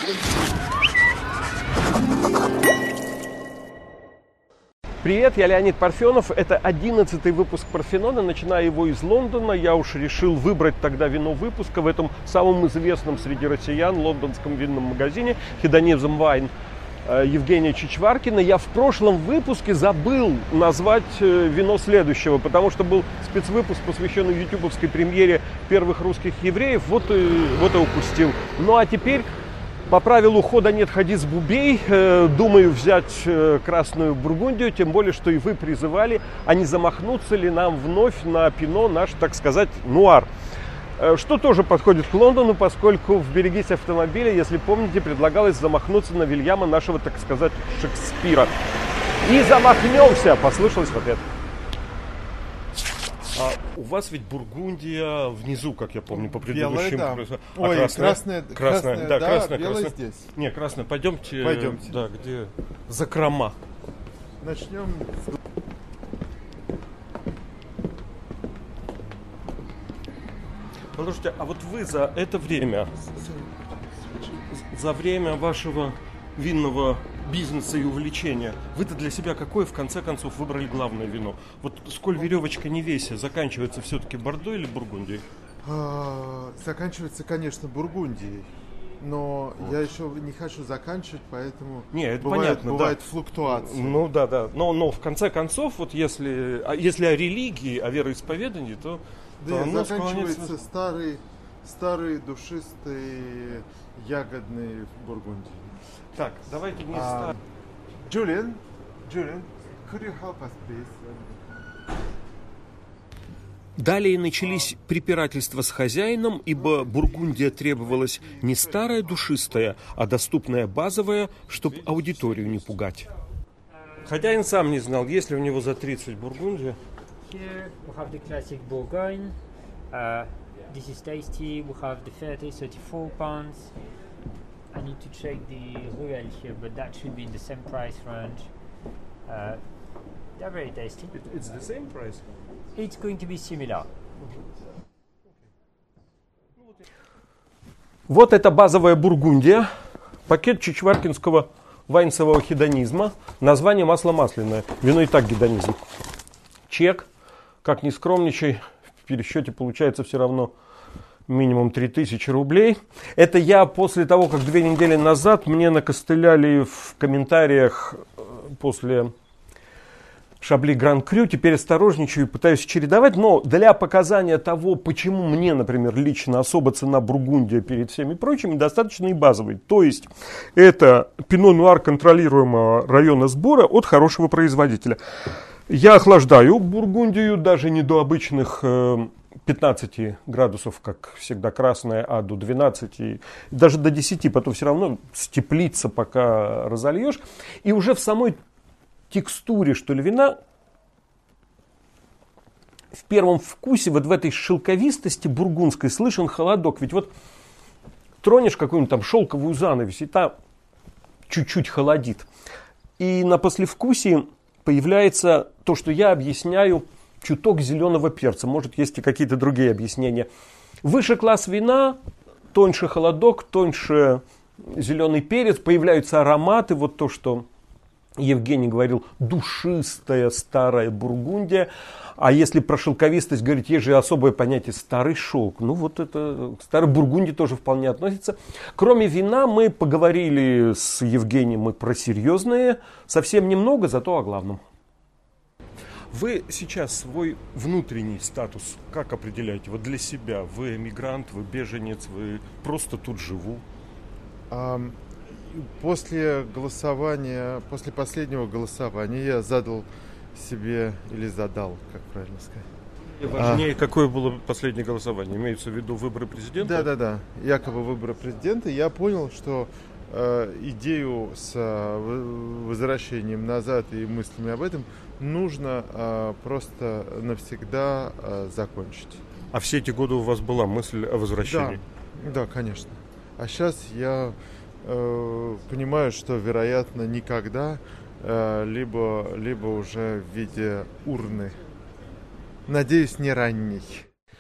Привет, я Леонид Парфенов. Это 11-й выпуск Парфенона. Начинаю его из Лондона. Я уж решил выбрать тогда вино выпуска в этом самом известном среди россиян лондонском винном магазине Hedonism Wine Евгения Чичваркина. Я в прошлом выпуске забыл назвать вино следующего, потому что был спецвыпуск, посвященный ютубовской премьере первых русских евреев. Вот и упустил. Ну а теперь... По правилу хода нет, ходи с бубей. Думаю взять красную Бургундию, тем более, что и вы призывали, а не замахнуться ли нам вновь на пино наш, так сказать, нуар. Что тоже подходит к Лондону, поскольку в «Берегись автомобиля», если помните, предлагалось замахнуться на Вильяма, нашего, так сказать, Шекспира. И замахнемся, послышалось в ответ. А у вас ведь Бургундия внизу, как я помню, по предыдущим. Белая, да. Ой, красная, да, красная. Здесь. Не, красная. Пойдемте. Да, где закрома. Начнем. Послушайте, а вот вы за это время, за время вашего винного бизнеса и увлечения, вы-то для себя какое, в конце концов, выбрали главное вино? Вот сколь веревочка не веся, заканчивается все-таки Бордо или Бургундией? Заканчивается, конечно, Бургундией. Но вот. Я еще не хочу заканчивать, поэтому это бывает флуктуация. Ну да. Но в конце концов, вот если о религии, о вероисповедании, то заканчивается старый душистый ягодный Бургундий. Так, давайте не Julian, could you help us, please? Далее начались препирательства с хозяином, ибо Бургундия требовалась не старая душистая, а доступная базовая, чтобы аудиторию не пугать. Хозяин сам не знал, есть ли у него за 30 Бургундия. Here we have the classic Bourgogne. This is tasty. We have the 34 pounds. I need to check the Ruelle here, but that should be in the same price range. They're very tasty. It's the same price? It's going to be similar. Вот это базовая Бургундия, пакет чичваркинского вайнцевого хедонизма, название масло масляное, вино и так гедонизм. Чек, как ни скромничай, в пересчете получается все равно минимум 3000 рублей. Это я после того, как 2 недели назад мне накостыляли в комментариях после Шабли Гран Крю. Теперь осторожничаю и пытаюсь чередовать. Но для показания того, почему мне, например, лично особо цена Бургундия перед всеми прочими, достаточно и базовой. То есть это пино-нуар контролируемого района сбора от хорошего производителя. Я охлаждаю Бургундию даже не до обычных 15 градусов, как всегда красная, а до 12, и даже до 10, потом все равно степлится, пока разольешь. И уже в самой текстуре, что ли, вина, в первом вкусе, вот в этой шелковистости бургундской слышен холодок. Ведь вот тронешь какую-нибудь там шелковую занавесь, и та чуть-чуть холодит. И на послевкусии появляется то, что я объясняю, чуток зеленого перца. Может, есть и какие-то другие объяснения. Выше класс вина, тоньше холодок, тоньше зеленый перец, появляются ароматы, вот то, что Евгений говорил, душистая старая Бургундия. А если про шелковистость говорить, есть же особое понятие старый шелк. Ну вот это к старой Бургундии тоже вполне относится. Кроме вина мы поговорили с Евгением и про серьезное, совсем немного, зато о главном. Вы сейчас свой внутренний статус как определяете? Вот для себя. Вы эмигрант, вы беженец, вы просто тут живу? После последнего голосования я задал себе, или задал, как правильно сказать. Важнее, какое было последнее голосование? Имеется в виду выборы президента? Да. Якобы выборы президента. Я понял, что идею с возвращением назад и мыслями об этом нужно просто навсегда закончить. А все эти годы у вас была мысль о возвращении? Да, конечно. А сейчас я понимаю, что, вероятно, никогда, либо уже в виде урны. Надеюсь, не ранней.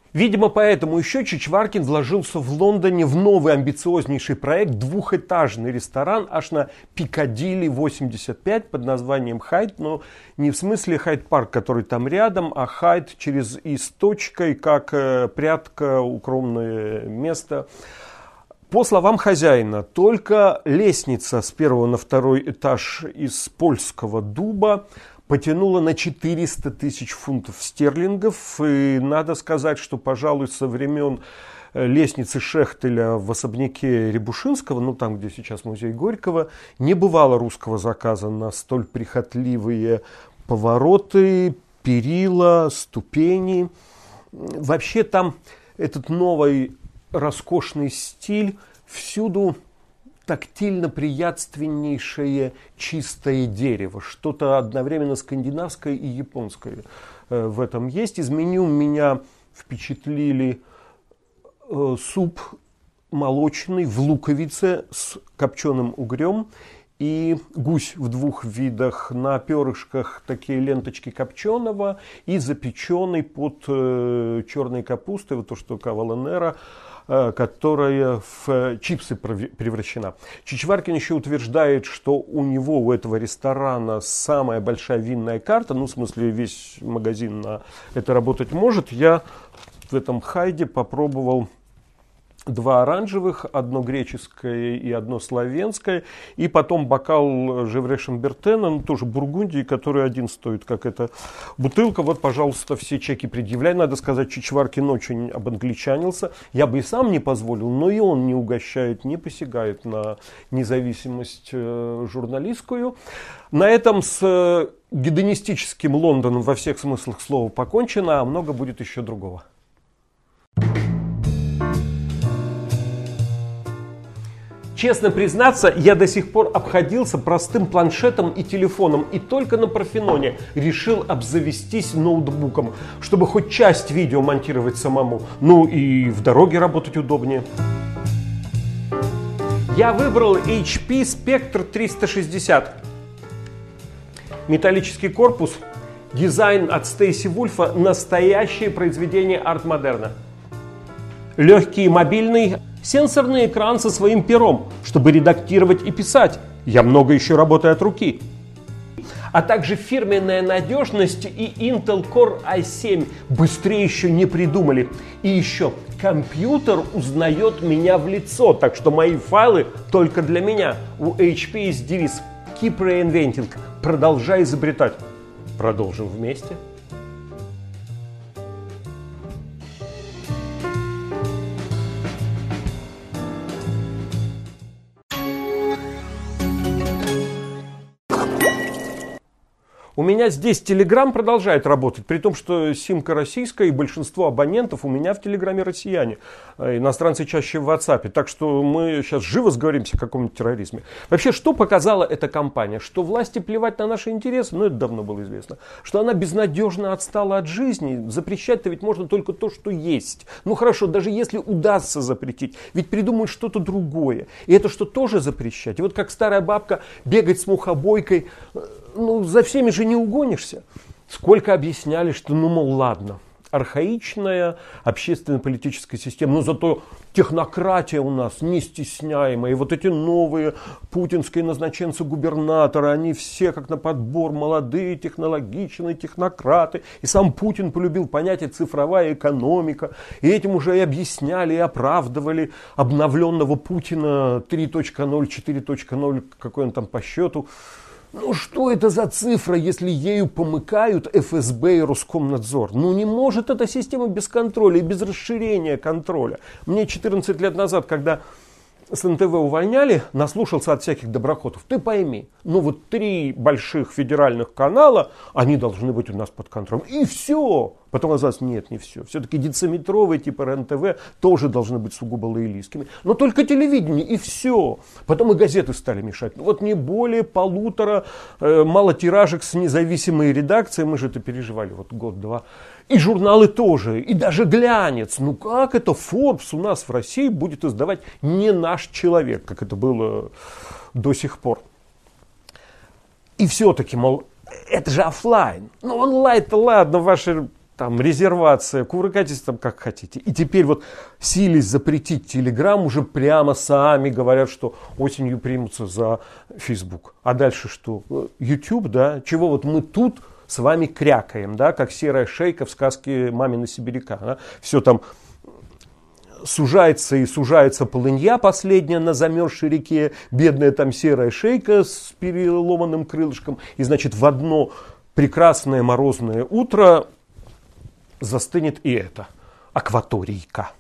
Видимо, поэтому еще Чичваркин вложился в Лондоне в новый амбициознейший проект, двухэтажный ресторан аж на Пикадилли 85 под названием Хайд, но не в смысле Хайд-парк, который там рядом, а Хайд через «и» с точкой, как прятка, укромное место. По словам хозяина, только лестница с первого на второй этаж из польского дуба потянула на 400 тысяч фунтов стерлингов. И надо сказать, что, пожалуй, со времен лестницы Шехтеля в особняке Рябушинского, ну там, где сейчас музей Горького, не бывало русского заказа на столь прихотливые повороты, перила, ступени. Вообще там этот новый роскошный стиль, всюду тактильно приятственнейшее чистое дерево. Что-то одновременно скандинавское и японское в этом есть. Из меню меня впечатлили суп молочный в луковице с копченым угрем и гусь в двух видах, на перышках такие ленточки копченого и запеченный под черной капустой, вот то, что каваланера, которая в чипсы превращена. Чичваркин еще утверждает, что у него, у этого ресторана, самая большая винная карта, ну, в смысле, весь магазин на это работать может. Я в этом Хайде попробовал 2 оранжевых, одно греческое и одно славянское, и потом бокал Жевре Шамбертена, ну, тоже Бургундии, который один стоит, как эта бутылка. Вот, пожалуйста, все чеки предъявляй. Надо сказать, Чичваркин очень обангличанился. Я бы и сам не позволил, но и он не угощает, не посягает на независимость журналистскую. На этом с гедонистическим Лондоном во всех смыслах слова покончено, а много будет еще другого. Честно признаться, я до сих пор обходился простым планшетом и телефоном и только на Парфеноне решил обзавестись ноутбуком, чтобы хоть часть видео монтировать самому, ну и в дороге работать удобнее. Я выбрал HP Spectre 360. Металлический корпус, дизайн от Стейси Вульфа, настоящее произведение арт-модерна. Легкий и мобильный, сенсорный экран со своим пером, чтобы редактировать и писать. Я много еще работаю от руки. А также фирменная надежность и Intel Core i7. Быстрее еще не придумали. И еще компьютер узнает меня в лицо, так что мои файлы только для меня. У HP есть девиз Keep Reinventing. Продолжай изобретать. Продолжим вместе. У меня здесь Telegram продолжает работать, при том, что симка российская и большинство абонентов у меня в Телеграме россияне. Иностранцы чаще в WhatsApp. Так что мы сейчас живо сговоримся о каком-нибудь терроризме. Вообще, что показала эта кампания? Что власти плевать на наши интересы, ну это давно было известно. Что она безнадежно отстала от жизни. Запрещать-то ведь можно только то, что есть. Ну хорошо, даже если удастся запретить, ведь придумают что-то другое. И это что тоже запрещать? И вот как старая бабка бегать с мухобойкой, ну за всеми же не угонишься. Сколько объясняли, что ну мол ладно, архаичная общественно-политическая система, но зато технократия у нас нестесняемая. И вот эти новые путинские назначенцы-губернаторы, они все как на подбор молодые, технологичные технократы. И сам Путин полюбил понятие цифровая экономика. И этим уже и объясняли, и оправдывали обновленного Путина 3.0, 4.0, какой он там по счету. Ну что это за цифра, если ею помыкают ФСБ и Роскомнадзор? Ну не может эта система без контроля и без расширения контроля. Мне 14 лет назад, когда с НТВ увольняли, наслушался от всяких доброхотов. Ты пойми, ну вот 3 больших федеральных канала, они должны быть у нас под контролем. И все. Потом оказалось, нет, не все. Все-таки дециметровые типа РЕН-ТВ тоже должны быть сугубо лоялистскими. Но только телевидение и все. Потом и газеты стали мешать. Вот не более 1,5 малотиражек с независимой редакцией. Мы же это переживали вот год-два. И журналы тоже, и даже глянец. Ну как это Forbes у нас в России будет издавать не наш человек, как это было до сих пор. И все-таки, мол, это же офлайн. Ну онлайн-то ладно, ваши там резервация, кувыркайтесь там как хотите. И теперь вот сились запретить Телеграм, уже прямо сами говорят, что осенью примутся за Facebook. А дальше что? YouTube, да? Чего вот мы тут с вами крякаем, да, как серая шейка в сказке «Мамина сибиряка». Да? Все там сужается и сужается полынья последняя на замерзшей реке, бедная там серая шейка с переломанным крылышком. И, значит, в одно прекрасное морозное утро застынет и это акваторийка.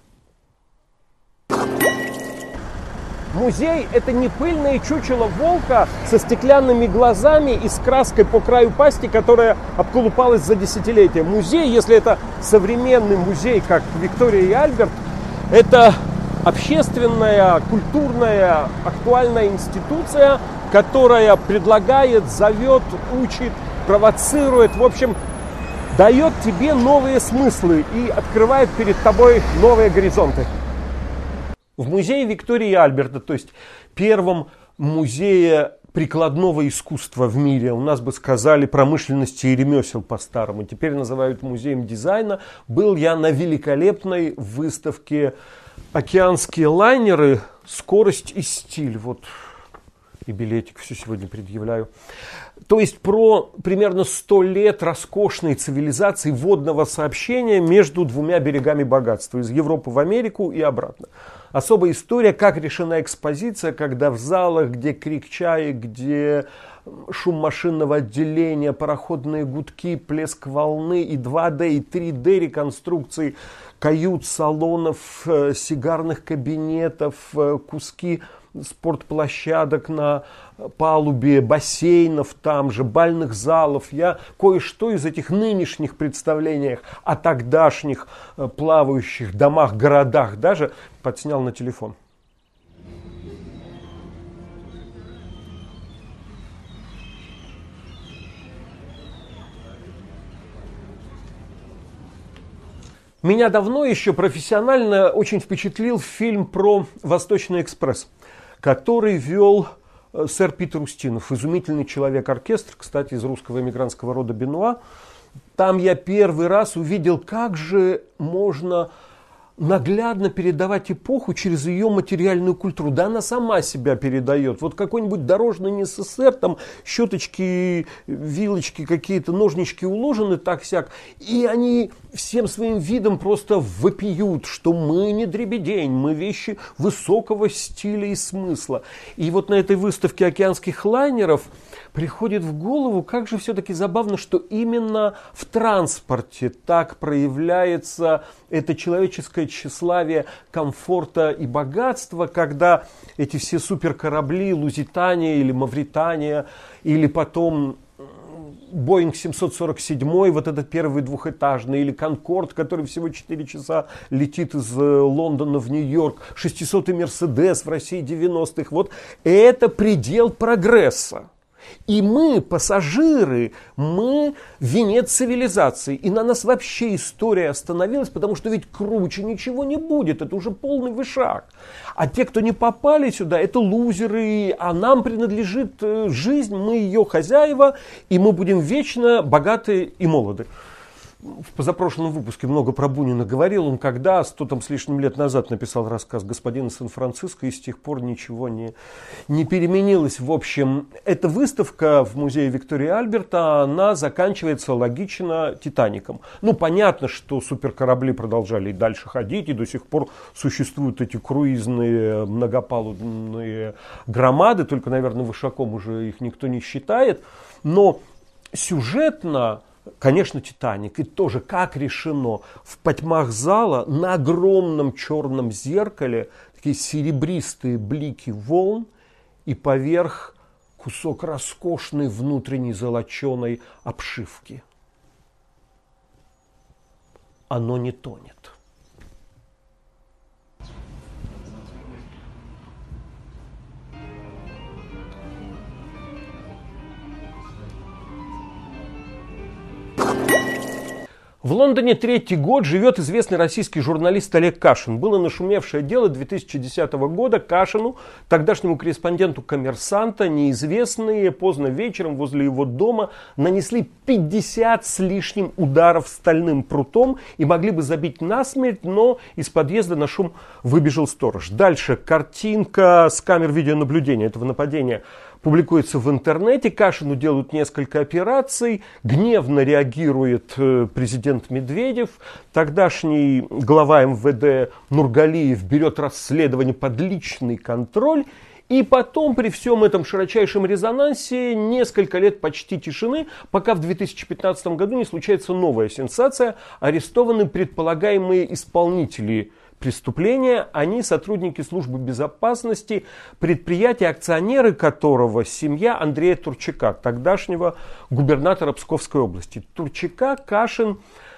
Музей – это не пыльное чучело волка со стеклянными глазами и с краской по краю пасти, которая обколупалась за десятилетия. Музей, если это современный музей, как Виктория и Альберт, это общественная, культурная, актуальная институция, которая предлагает, зовет, учит, провоцирует, в общем, дает тебе новые смыслы и открывает перед тобой новые горизонты. В музее Виктории и Альберта, то есть первом музее прикладного искусства в мире, у нас бы сказали промышленности и ремесел по-старому, теперь называют музеем дизайна, был я на великолепной выставке «Океанские лайнеры. Скорость и стиль». Вот и билетик все сегодня предъявляю. То есть про примерно 100 лет роскошной цивилизации водного сообщения между двумя берегами богатства, из Европы в Америку и обратно. Особая история, как решена экспозиция, когда в залах, где крик чаек, где шум машинного отделения, пароходные гудки, плеск волны и 2D, и 3D реконструкции кают, салонов, сигарных кабинетов, куски спортплощадок на палубе, бассейнов там же, бальных залов. Я кое-что из этих нынешних представлений о тогдашних плавающих домах, городах даже подснял на телефон. Меня давно еще профессионально очень впечатлил фильм про Восточный экспресс, который вел сэр Питер Устинов, изумительный человек-оркестр, кстати, из русского эмигрантского рода Бенуа. Там я первый раз увидел, как же можно наглядно передавать эпоху через ее материальную культуру. Да, она сама себя передает. Вот какой-нибудь дорожный НССР, там щеточки, вилочки, какие-то ножнички уложены так-сяк, и они всем своим видом просто вопиют, что мы не дребедень, мы вещи высокого стиля и смысла. И вот на этой выставке океанских лайнеров приходит в голову, как же все-таки забавно, что именно в транспорте так проявляется это человеческое тщеславие комфорта и богатства, когда эти все суперкорабли, Лузитания или Мавритания, или потом Боинг 747, вот этот первый двухэтажный, или Конкорд, который всего 4 часа летит из Лондона в Нью-Йорк, 600-й Мерседес в России 90-х, вот это предел прогресса. И мы, пассажиры, мы венец цивилизации. И на нас вообще история остановилась, потому что ведь круче ничего не будет. Это уже полный вышаг. А те, кто не попали сюда, это лузеры. А нам принадлежит жизнь, мы ее хозяева, и мы будем вечно богаты и молоды. В позапрошлом выпуске много про Бунина говорил. Он когда 100 там с лишним лет назад написал рассказ «Господин из Сан-Франциско», и с тех пор ничего не переменилось. В общем, эта выставка в музее Виктории и Альберта, она заканчивается логично «Титаником». Ну, понятно, что суперкорабли продолжали и дальше ходить, и до сих пор существуют эти круизные многопалубные громады, только, наверное, Вышаком уже их никто не считает. Но сюжетно, конечно, «Титаник». И тоже как решено в потьмах зала на огромном черном зеркале такие серебристые блики волн и поверх кусок роскошной внутренней золоченой обшивки. Оно не тонет. В Лондоне третий год живет известный российский журналист Олег Кашин. Было нашумевшее дело 2010 года. Кашину, тогдашнему корреспонденту «Коммерсанта», неизвестные поздно вечером возле его дома нанесли 50 с лишним ударов стальным прутом и могли бы забить насмерть, но из подъезда на шум выбежал сторож. Дальше картинка с камер видеонаблюдения этого нападения публикуется в интернете. Кашину делают несколько операций. Гневно реагирует президент Медведев. Тогдашний глава МВД Нургалиев берет расследование под личный контроль. И потом при всем этом широчайшем резонансе несколько лет почти тишины, пока в 2015 году не случается новая сенсация. Арестованы предполагаемые исполнители преступления, они сотрудники службы безопасности, предприятия, акционеры которого семья Андрея Турчака, тогдашнего губернатора Псковской области. Турчака Кашин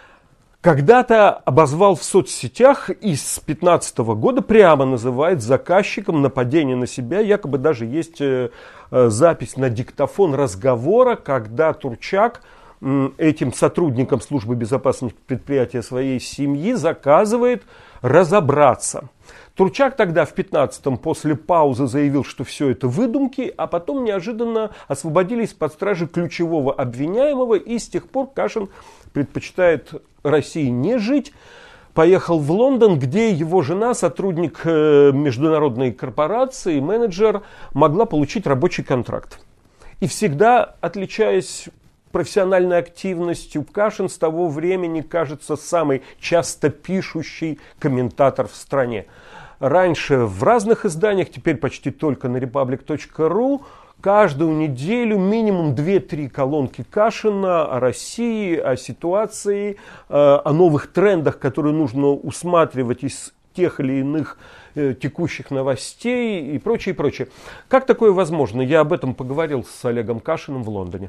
когда-то обозвал в соцсетях и с 2015 года прямо называет заказчиком нападения на себя. Якобы даже есть запись на диктофон разговора, когда Турчак этим сотрудникам службы безопасности предприятия своей семьи заказывает разобраться. Турчак тогда в 2015-м после паузы заявил, что все это выдумки, а потом неожиданно освободили из-под стражи ключевого обвиняемого, и с тех пор Кашин предпочитает России не жить. Поехал в Лондон, где его жена, сотрудник международной корпорации, менеджер, могла получить рабочий контракт. И всегда, отличаясь профессиональной активностью, Кашин с того времени кажется самый часто пишущий комментатор в стране. Раньше в разных изданиях, теперь почти только на republic.ru, каждую неделю минимум 2-3 колонки Кашина о России, о ситуации, о новых трендах, которые нужно усматривать из тех или иных текущих новостей и прочее, прочее. Как такое возможно? Я об этом поговорил с Олегом Кашиным в Лондоне.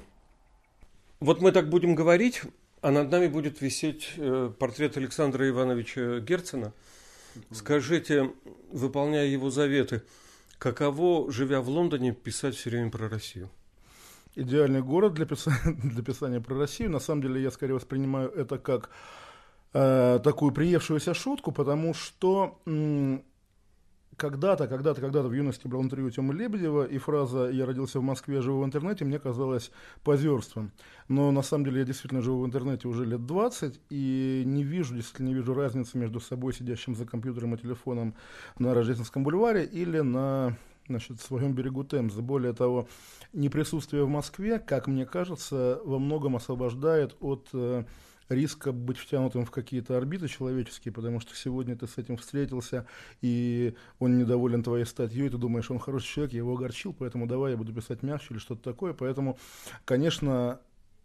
Вот мы так будем говорить, а над нами будет висеть портрет Александра Ивановича Герцена. Скажите, выполняя его заветы, каково, живя в Лондоне, писать все время про Россию? Идеальный город для писания про Россию. На самом деле я скорее воспринимаю это как такую приевшуюся шутку, потому что когда-то в юности брал интервью Тёмы Лебедева, и фраза «я родился в Москве, живу в интернете» мне казалась позерством. Но на самом деле я действительно живу в интернете уже лет 20, и действительно не вижу разницы между собой, сидящим за компьютером и телефоном на Рождественском бульваре или на своем берегу Темзы. Более того, неприсутствие в Москве, как мне кажется, во многом освобождает от риска быть втянутым в какие-то орбиты человеческие, потому что сегодня ты с этим встретился, и он недоволен твоей статьей, ты думаешь, он хороший человек, я его огорчил, поэтому давай я буду писать мягче или что-то такое. Поэтому, конечно,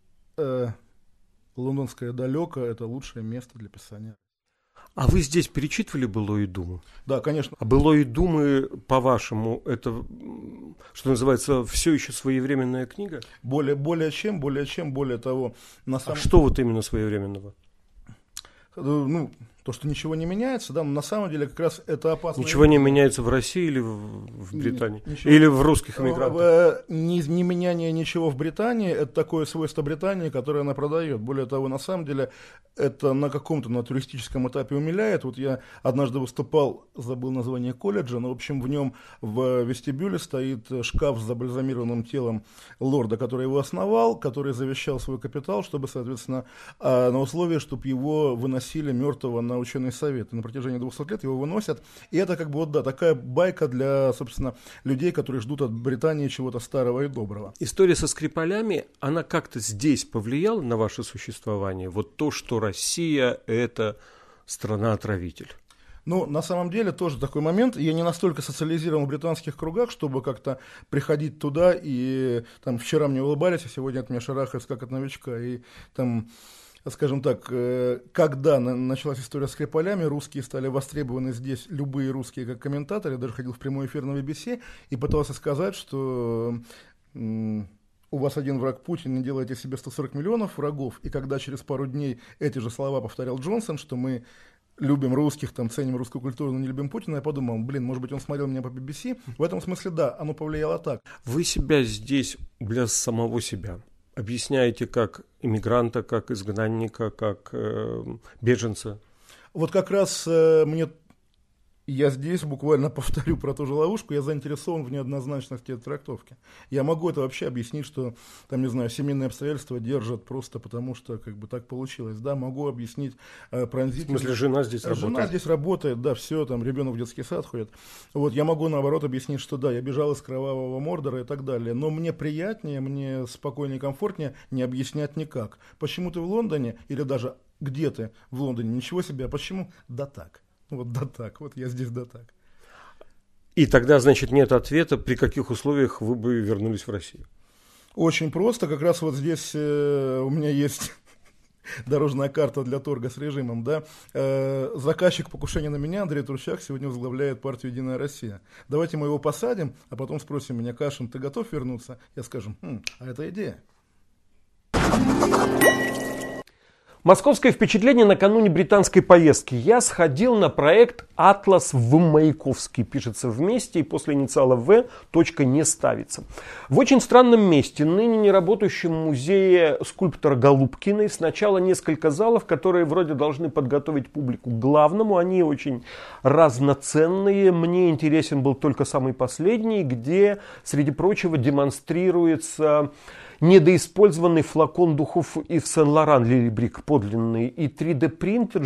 лондонское далеко — это лучшее место для писания. А вы здесь перечитывали «Былое думы»? Да, конечно. А «Былое думы», по-вашему, это, что называется, все еще своевременная книга? Более того. Что вот именно своевременного? То, что ничего не меняется, да, но на самом деле как раз это опасно. Ничего не меняется в России или в Британии? Или в русских эмигрантах? Не меняние ничего в Британии — это такое свойство Британии, которое она продает. Более того, на самом деле, это на туристическом этапе умиляет. Вот я однажды выступал, забыл название колледжа, но, в общем, в нем в вестибюле стоит шкаф с забальзамированным телом лорда, который его основал, который завещал свой капитал, чтобы, соответственно, на условии, чтобы его выносили мертвого на ученый совет. И на протяжении 200 лет его выносят. И это такая байка для, собственно, людей, которые ждут от Британии чего-то старого и доброго. История со Скрипалями, она как-то здесь повлияла на ваше существование? Вот то, что Россия – это страна-отравитель. На самом деле тоже такой момент. Я не настолько социализирован в британских кругах, чтобы как-то приходить туда и там вчера мне улыбались, а сегодня от меня шарахаются как от новичка. И там, скажем так, когда началась история с Скрипалями, русские стали востребованы здесь, любые русские, как комментаторы. Я даже ходил в прямой эфир на BBC и пытался сказать, что у вас один враг Путин, не делайте себе 140 миллионов врагов. И когда через пару дней эти же слова повторял Джонсон, что мы любим русских, ценим русскую культуру, но не любим Путина, я подумал, может быть, он смотрел меня по BBC. В этом смысле, да, оно повлияло так. Вы себя здесь для самого себя объясняете как иммигранта, как изгнанника, как беженца? Вот как раз я здесь буквально повторю про ту же ловушку, я заинтересован в неоднозначности этой трактовки. Я могу это вообще объяснить, что, там, не знаю, семейные обстоятельства держат просто потому, что как бы так получилось. Да, могу объяснить пронзительно. В смысле, жена здесь работает? Жена здесь работает, да, все, там, ребенок в детский сад ходит. Вот, я могу, наоборот, объяснить, что да, я бежал из кровавого Мордора и так далее. Но мне приятнее, мне спокойнее, комфортнее не объяснять никак. Почему ты в Лондоне или даже где ты в Лондоне? Ничего себе, а почему? Да так. Вот да так, вот я здесь да так. И тогда, значит, нет ответа, при каких условиях вы бы вернулись в Россию? Очень просто, как раз вот здесь у меня есть дорожная карта для торга с режимом, да. Заказчик покушения на меня, Андрей Турчак, сегодня возглавляет партию «Единая Россия». Давайте мы его посадим, а потом спросим меня: Кашин, ты готов вернуться? Я скажу: а это идея. Московское впечатление накануне британской поездки. Я сходил на проект «Атлас в Маяковский». Пишется вместе и после инициала «В» точка не ставится. В очень странном месте, ныне не работающем музее скульптора Голубкиной, сначала несколько залов, которые вроде должны подготовить публику к главному. Они очень разноценные. Мне интересен был только самый последний, где, среди прочего, демонстрируется недоиспользованный флакон духов Ив Сен-Лоран Лили Брик подлинный, и 3D принтер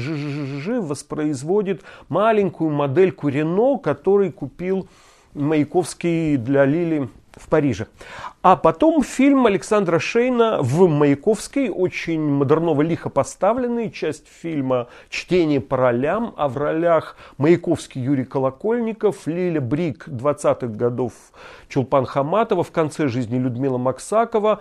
воспроизводит маленькую модельку Рено, который купил Маяковский для Лили в Париже. А потом фильм Александра Шейна в Маяковской, очень модерново лихо поставленный, часть фильма «Чтение по ролям», а в ролях Маяковский Юрий Колокольников, Лиля Брик 20-х годов Чулпан Хаматова, в конце жизни Людмила Максакова,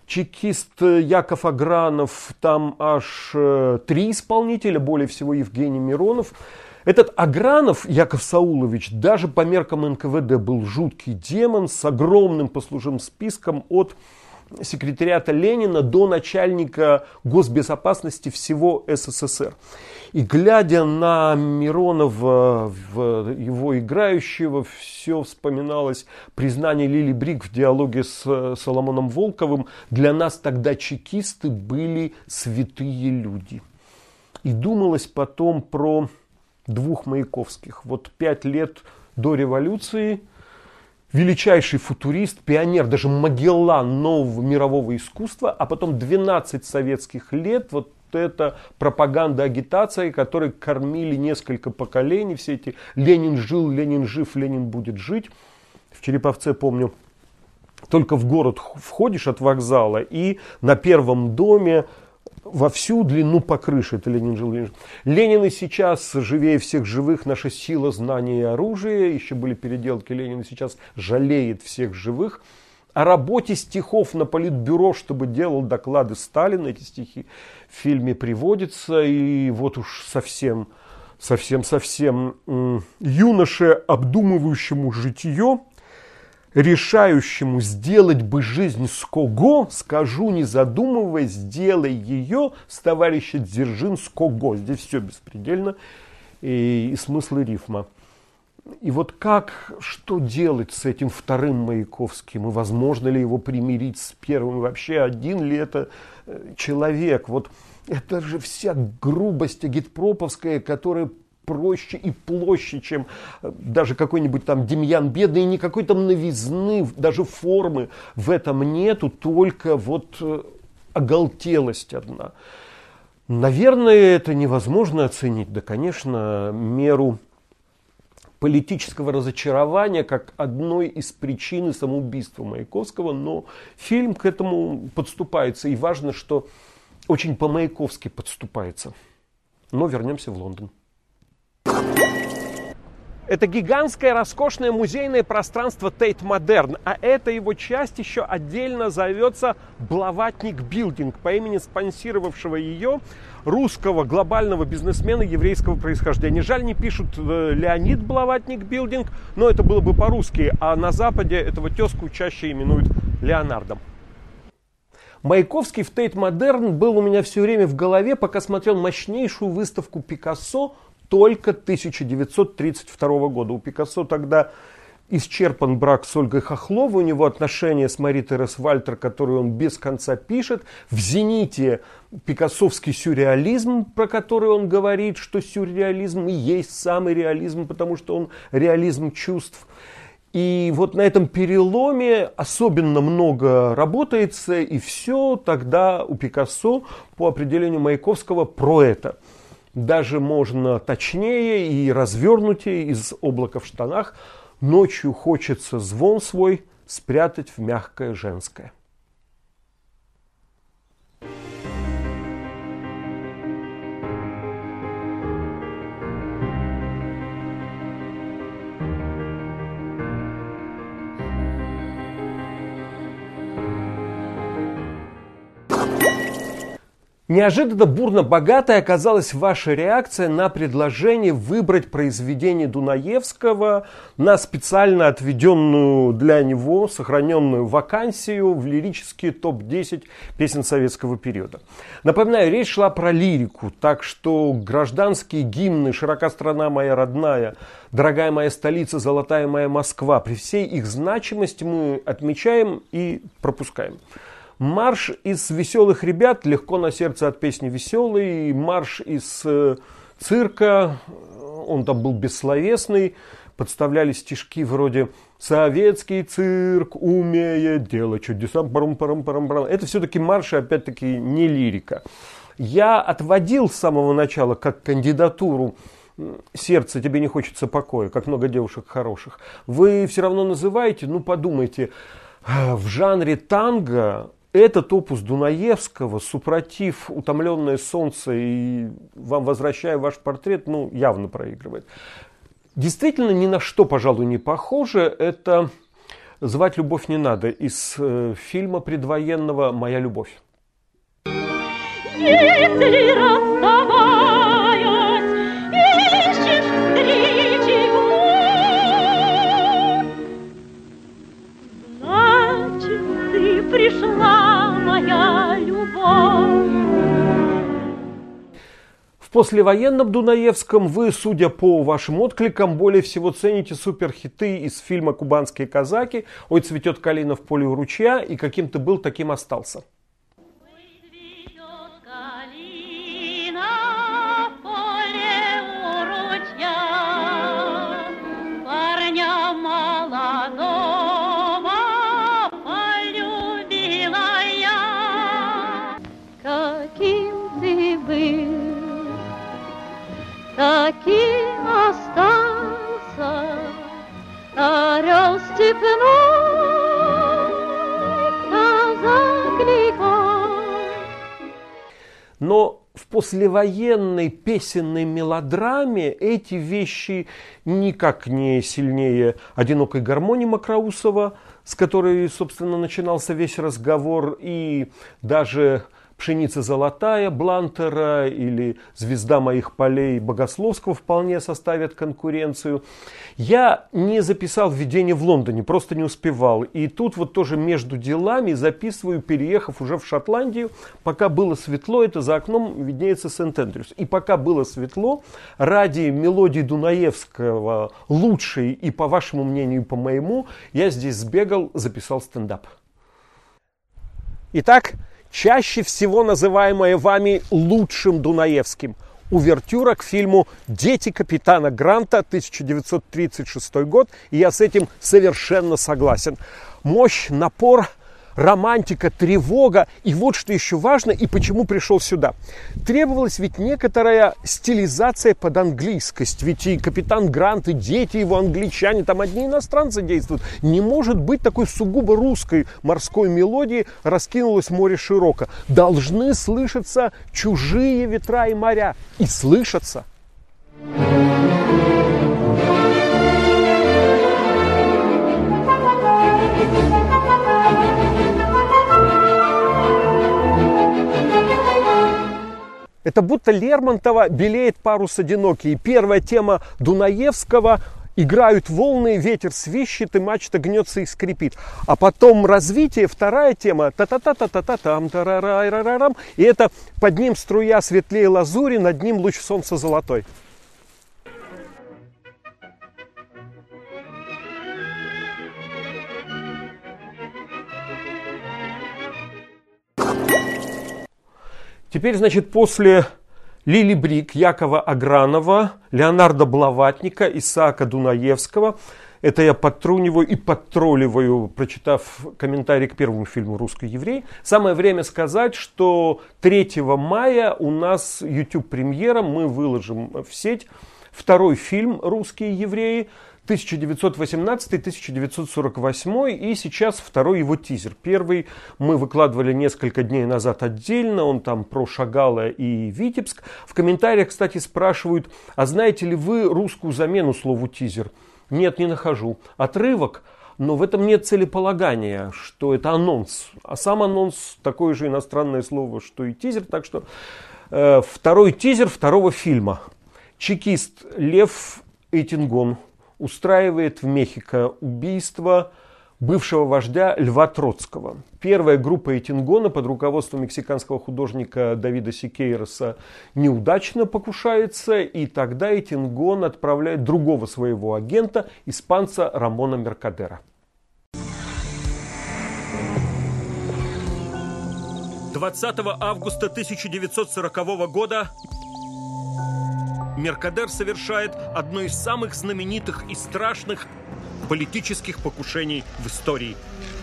чекист Яков Агранов, там аж 3 исполнителя, более всего Евгений Миронов. Этот Агранов, Яков Саулович, даже по меркам НКВД был жуткий демон с огромным послужным списком от секретариата Ленина до начальника госбезопасности всего СССР. И глядя на Миронова, в его играющего, все вспоминалось признание Лили Брик в диалоге с Соломоном Волковым. Для нас тогда чекисты были святые люди. И думалось потом про 2 Маяковских. Вот 5 лет до революции величайший футурист, пионер, даже Магеллан нового мирового искусства, а потом 12 советских лет, вот это пропаганда, агитация, которой кормили несколько поколений, все эти «Ленин жил, Ленин жив, Ленин будет жить». В Череповце, помню, только в город входишь от вокзала, и на первом доме во всю длину по крыше, это Ленин жил, Ленин жил. Ленин и сейчас живее всех живых, наша сила, знания и оружие. Еще были переделки, Ленин и сейчас жалеет всех живых. О работе стихов на политбюро, чтобы делал доклады Сталин, эти стихи в фильме приводятся. И вот уж совсем юноше, обдумывающему житье, решающему сделать бы жизнь ского, скажу, не задумываясь, сделай ее с товарища Дзержинского. Здесь все беспредельно и смысл и рифма. И вот что делать с этим 2 Маяковским? И возможно ли его примирить с первым? И вообще, один ли это человек? Вот это же вся грубость агитпроповская, которая проще и площе, чем даже какой-нибудь там Демьян Бедный, и никакой там новизны, даже формы в этом нету, только вот оголтелость одна. Наверное, это невозможно оценить, да, конечно, меру политического разочарования как одной из причин самоубийства Маяковского, но фильм к этому подступается, и важно, что очень по-маяковски подступается. Но вернемся в Лондон. Это гигантское, роскошное музейное пространство Тейт Модерн, а эта его часть еще отдельно зовется Блаватник Билдинг, по имени спонсировавшего ее русского глобального бизнесмена еврейского происхождения. Жаль, не пишут Леонид Блаватник Билдинг, но это было бы по-русски, а на Западе этого тезку чаще именуют Леонардом. Маяковский в Тейт Модерн был у меня все время в голове, пока смотрел мощнейшую выставку Пикассо только 1932 года. У Пикассо тогда исчерпан брак с Ольгой Хохловой, у него отношения с Мари Терес Вальтер, которую он без конца пишет. В «Зените» пикассовский сюрреализм, про который он говорит, что сюрреализм и есть самый реализм, потому что он реализм чувств. И вот на этом переломе особенно много работается, и все тогда у Пикассо по определению Маяковского про это. Даже можно точнее и развернутее из облака в штанах. Ночью хочется звон свой спрятать в мягкое женское. Неожиданно бурно богатой оказалась ваша реакция на предложение выбрать произведение Дунаевского на специально отведенную для него сохраненную вакансию в лирические топ-10 песен советского периода. Напоминаю, речь шла про лирику, так что гражданские гимны «Широка страна моя родная», «Дорогая моя столица, золотая моя Москва», при всей их значимости мы отмечаем и пропускаем. Марш из «Веселых ребят» легко на сердце от песни «Веселый». Марш из «Цирка», он там был бессловесный. Подставляли стишки вроде «Советский цирк умеет делать чудеса». Это все-таки марши, опять-таки, не лирика. Я отводил с самого начала как кандидатуру «Сердце, тебе не хочется покоя», как много девушек хороших. Вы все равно называете, ну подумайте, в жанре танго этот опус Дунаевского, супротив «Утомленное солнце» и «Вам возвращаю ваш портрет», ну, явно проигрывает. Действительно, ни на что, пожалуй, не похоже. Это «Звать любовь не надо» из фильма предвоенного «Моя любовь». Если расставаясь, ищешь встречи вновь, значит, ты пришла, моя любовь. В послевоенном Дунаевском вы, судя по вашим откликам, более всего цените суперхиты из фильма «Кубанские казаки», «Ой, цветет калина в поле у ручья» и «Каким ты был, таким остался». Таким остался орел степной, казак лихой. Но в послевоенной песенной мелодраме эти вещи никак не сильнее «Одинокой гармонии» Мокроусова, с которой, собственно, начинался весь разговор, и даже «Пшеница золотая» Блантера или «Звезда моих полей» Богословского вполне составят конкуренцию. Я не записал введение в Лондоне, просто не успевал. И тут вот тоже между делами записываю, переехав уже в Шотландию. Пока было светло, это за окном виднеется Сент-Эндрюс. И пока было светло, ради мелодии Дунаевского лучшей и, по вашему мнению, и по моему, я здесь сбегал, записал стендап. Итак, чаще всего называемое вами лучшим Дунаевским. Увертюра к фильму «Дети капитана Гранта», 1936 год. И я с этим совершенно согласен. Мощь, напор, романтика, тревога. И вот что еще важно, и почему пришел сюда. Требовалась ведь некоторая стилизация под английскость. Ведь и капитан Грант, и дети его англичане, там одни иностранцы действуют. Не может быть такой сугубо русской морской мелодии «Раскинулось море широко». Должны слышаться чужие ветра и моря. И слышатся. Это будто Лермонтова белеет парус одинокий. Первая тема Дунаевского: играют волны, ветер свищет, и мачта гнется и скрипит. А потом развитие, вторая тема, та-та-та-та-та-там, тарарай-рарарам. И это под ним струя светлее лазури, над ним луч солнца золотой. Теперь, значит, после Лили Брик, Якова Агранова, Леонарда Блаватника, Исаака Дунаевского, это я подтруниваю и подтролливаю, прочитав комментарий к первому фильму «Русский еврей». Самое время сказать, что 3 мая у нас YouTube-премьера, мы выложим в сеть второй фильм «Русские евреи», 1918-1948, и сейчас второй его тизер. Первый мы выкладывали несколько дней назад отдельно, он там про Шагала и Витебск. В комментариях, кстати, спрашивают, а знаете ли вы русскую замену слову тизер? Нет, не нахожу. Отрывок, но в этом нет целеполагания, что это анонс. А сам анонс такое же иностранное слово, что и тизер. Так что второй тизер второго фильма. Чекист Лев Эйтингон устраивает в Мехико убийство бывшего вождя Льва Троцкого. Первая группа Эйтингона под руководством мексиканского художника Давида Сикейроса неудачно покушается, и тогда Эйтингон отправляет другого своего агента, испанца Рамона Меркадера. 20 августа 1940 года Меркадер совершает одно из самых знаменитых и страшных политических покушений в истории.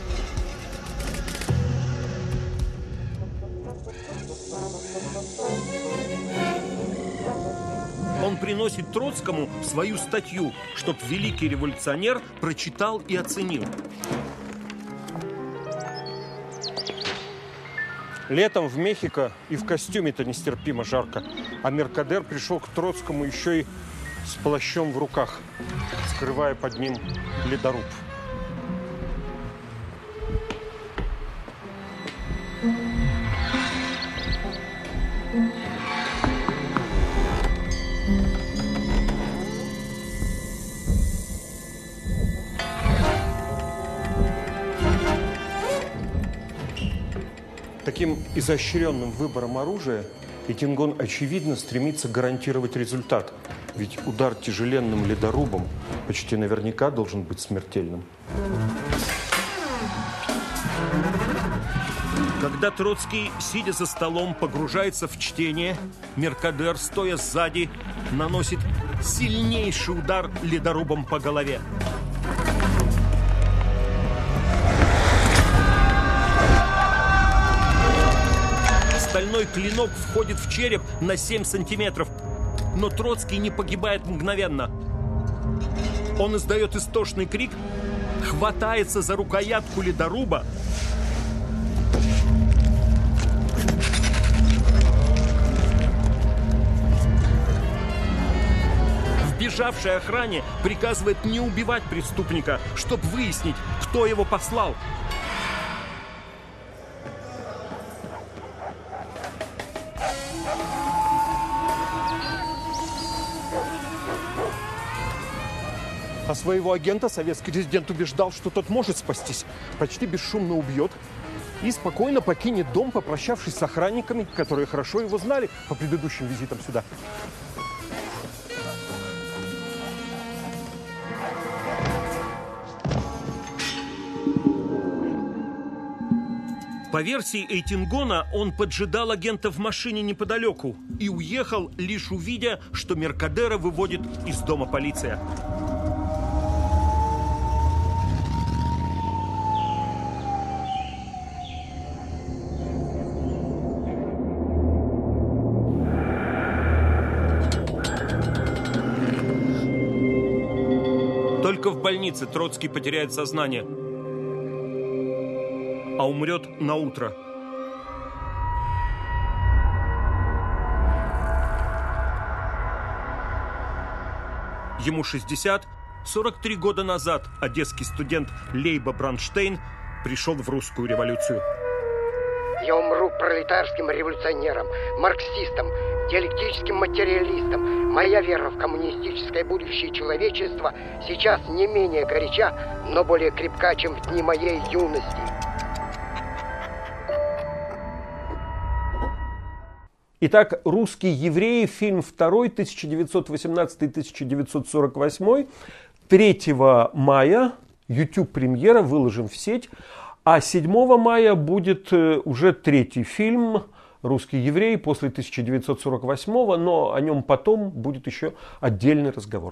Он приносит Троцкому свою статью, чтоб великий революционер прочитал и оценил. Летом в Мехико и в костюме-то нестерпимо жарко. А Меркадер пришел к Троцкому еще и с плащом в руках, скрывая под ним ледоруб. Таким изощренным выбором оружия Эйтингон, очевидно, стремится гарантировать результат. Ведь удар тяжеленным ледорубом почти наверняка должен быть смертельным. Когда Троцкий, сидя за столом, погружается в чтение, Меркадер, стоя сзади, наносит сильнейший удар ледорубом по голове. Стальной клинок входит в череп на 7 сантиметров, но Троцкий не погибает мгновенно. Он издает истошный крик, хватается за рукоятку ледоруба, вбежавшей охране приказывает не убивать преступника, чтобы выяснить, кто его послал. А своего агента советский резидент убеждал, что тот может спастись. Почти бесшумно убьет и спокойно покинет дом, попрощавшись с охранниками, которые хорошо его знали по предыдущим визитам сюда. По версии Эйтингона, он поджидал агента в машине неподалеку и уехал, лишь увидя, что Меркадера выводит из дома полиция. Только в больнице Троцкий потеряет сознание, а умрет на утро. Ему 60. 43 года назад одесский студент Лейба Бронштейн пришел в русскую революцию. Я умру пролетарским революционером, марксистом, диалектическим материалистом. Моя вера в коммунистическое будущее человечества сейчас не менее горяча, но более крепка, чем в дни моей юности. Итак, «Русские евреи», фильм второй, 1918-1948, 3 мая, YouTube-премьера, выложим в сеть, а 7 мая будет уже третий фильм «Русский еврей» после 1948-го, но о нем потом будет еще отдельный разговор.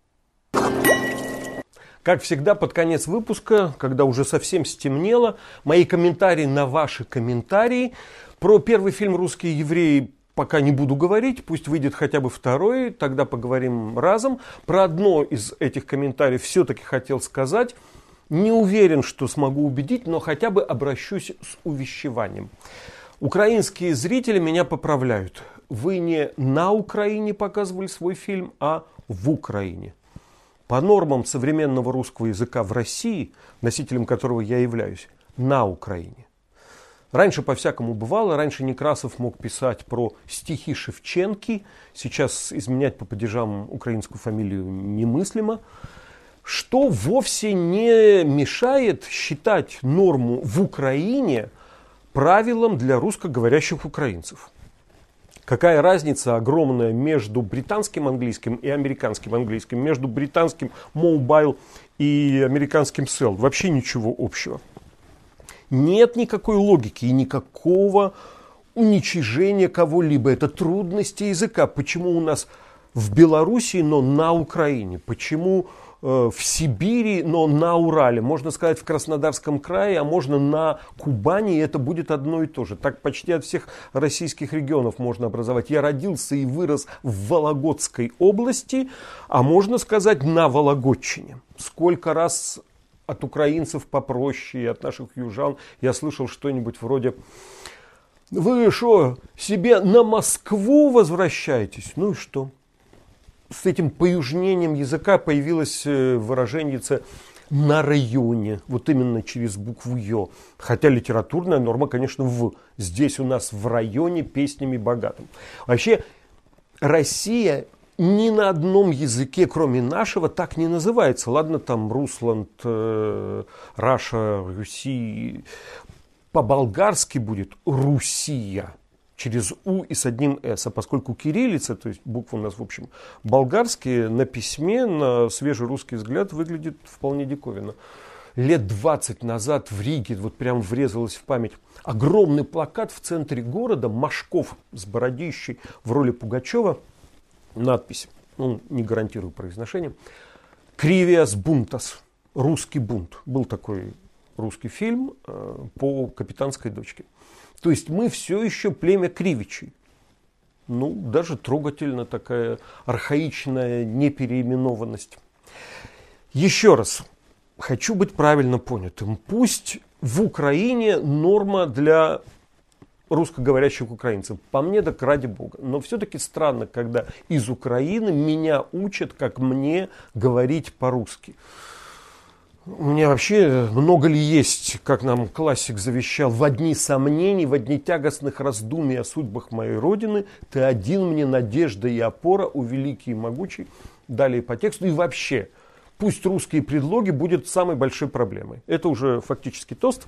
Как всегда, под конец выпуска, когда уже совсем стемнело, мои комментарии на ваши комментарии. Про первый фильм «Русские евреи» пока не буду говорить, пусть выйдет хотя бы второй, тогда поговорим разом. Про одно из этих комментариев все-таки хотел сказать. Не уверен, что смогу убедить, но хотя бы обращусь с увещеванием. Украинские зрители меня поправляют. Вы не на Украине показывали свой фильм, а в Украине. По нормам современного русского языка в России, носителем которого я являюсь, на Украине. Раньше по-всякому бывало, раньше Некрасов мог писать про стихи Шевченки, сейчас изменять по падежам украинскую фамилию немыслимо, что вовсе не мешает считать норму в Украине правилом для русскоговорящих украинцев. Какая разница огромная между британским английским и американским английским, между британским mobile и американским cell? Вообще ничего общего. Нет никакой логики и никакого уничижения кого-либо. Это трудности языка. Почему у нас в Белоруссии, но на Украине? Почему в Сибири, но на Урале? Можно сказать, в Краснодарском крае, а можно на Кубани, и это будет одно и то же. Так почти от всех российских регионов можно образовать. Я родился и вырос в Вологодской области, а можно сказать, на Вологодчине. Сколько раз от украинцев попроще, и от наших южан я слышал что-нибудь вроде: вы что, себе на Москву возвращаетесь? Ну и что? С этим поюжнением языка появилось выражение «на районе», вот именно через букву «ё». Хотя литературная норма, конечно, «в». Здесь у нас в районе песнями богатым. Вообще, Россия ни на одном языке, кроме нашего, так не называется. Ладно, там Русланд, Раша, Руси. По-болгарски будет Русия. Через У и с одним С. А поскольку кириллица, то есть буквы у нас, в общем, болгарские, на письме, на свежий русский взгляд, выглядит вполне диковинно. Лет 20 назад в Риге, вот прям врезалось в память, огромный плакат в центре города, Машков с бородищей в роли Пугачева, надпись, не гарантирую произношение, «Кривиас бунтас», русский бунт. Был такой русский фильм по «Капитанской дочке». То есть мы все еще племя кривичей. Даже трогательно такая архаичная непереименованность. Еще раз, хочу быть правильно понятым. Пусть в Украине норма для русскоговорящих украинцев. По мне, так ради бога. Но все-таки странно, когда из Украины меня учат, как мне говорить по-русски. У меня вообще много ли есть, как нам классик завещал, в одни сомнений, в одни тягостных раздумий о судьбах моей родины, ты один мне надежда и опора, у великий и могучий. Далее по тексту. И вообще, пусть русские предлоги будут самой большой проблемой. Это уже фактически тост.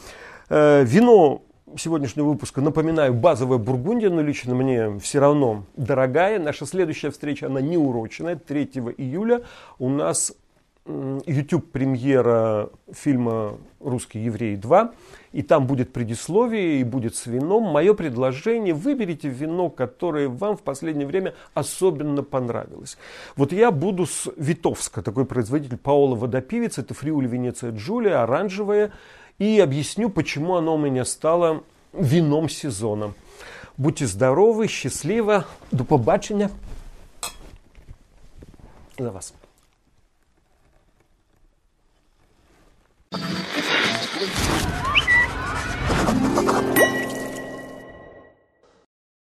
Вино сегодняшнего выпуска, напоминаю, базовая Бургундия, но лично мне все равно дорогая. Наша следующая встреча, она неурочная, 3 июля у нас YouTube-премьера фильма «Русские евреи 2». И там будет предисловие, и будет с вином. Мое предложение: выберите вино, которое вам в последнее время особенно понравилось. Вот я буду с Витовска, такой производитель Паоло Водопивец. Это Фриули Венеция Джулия, оранжевое. И объясню, почему оно у меня стало вином сезона. Будьте здоровы, счастливо. До побачення. За вас. Thank you.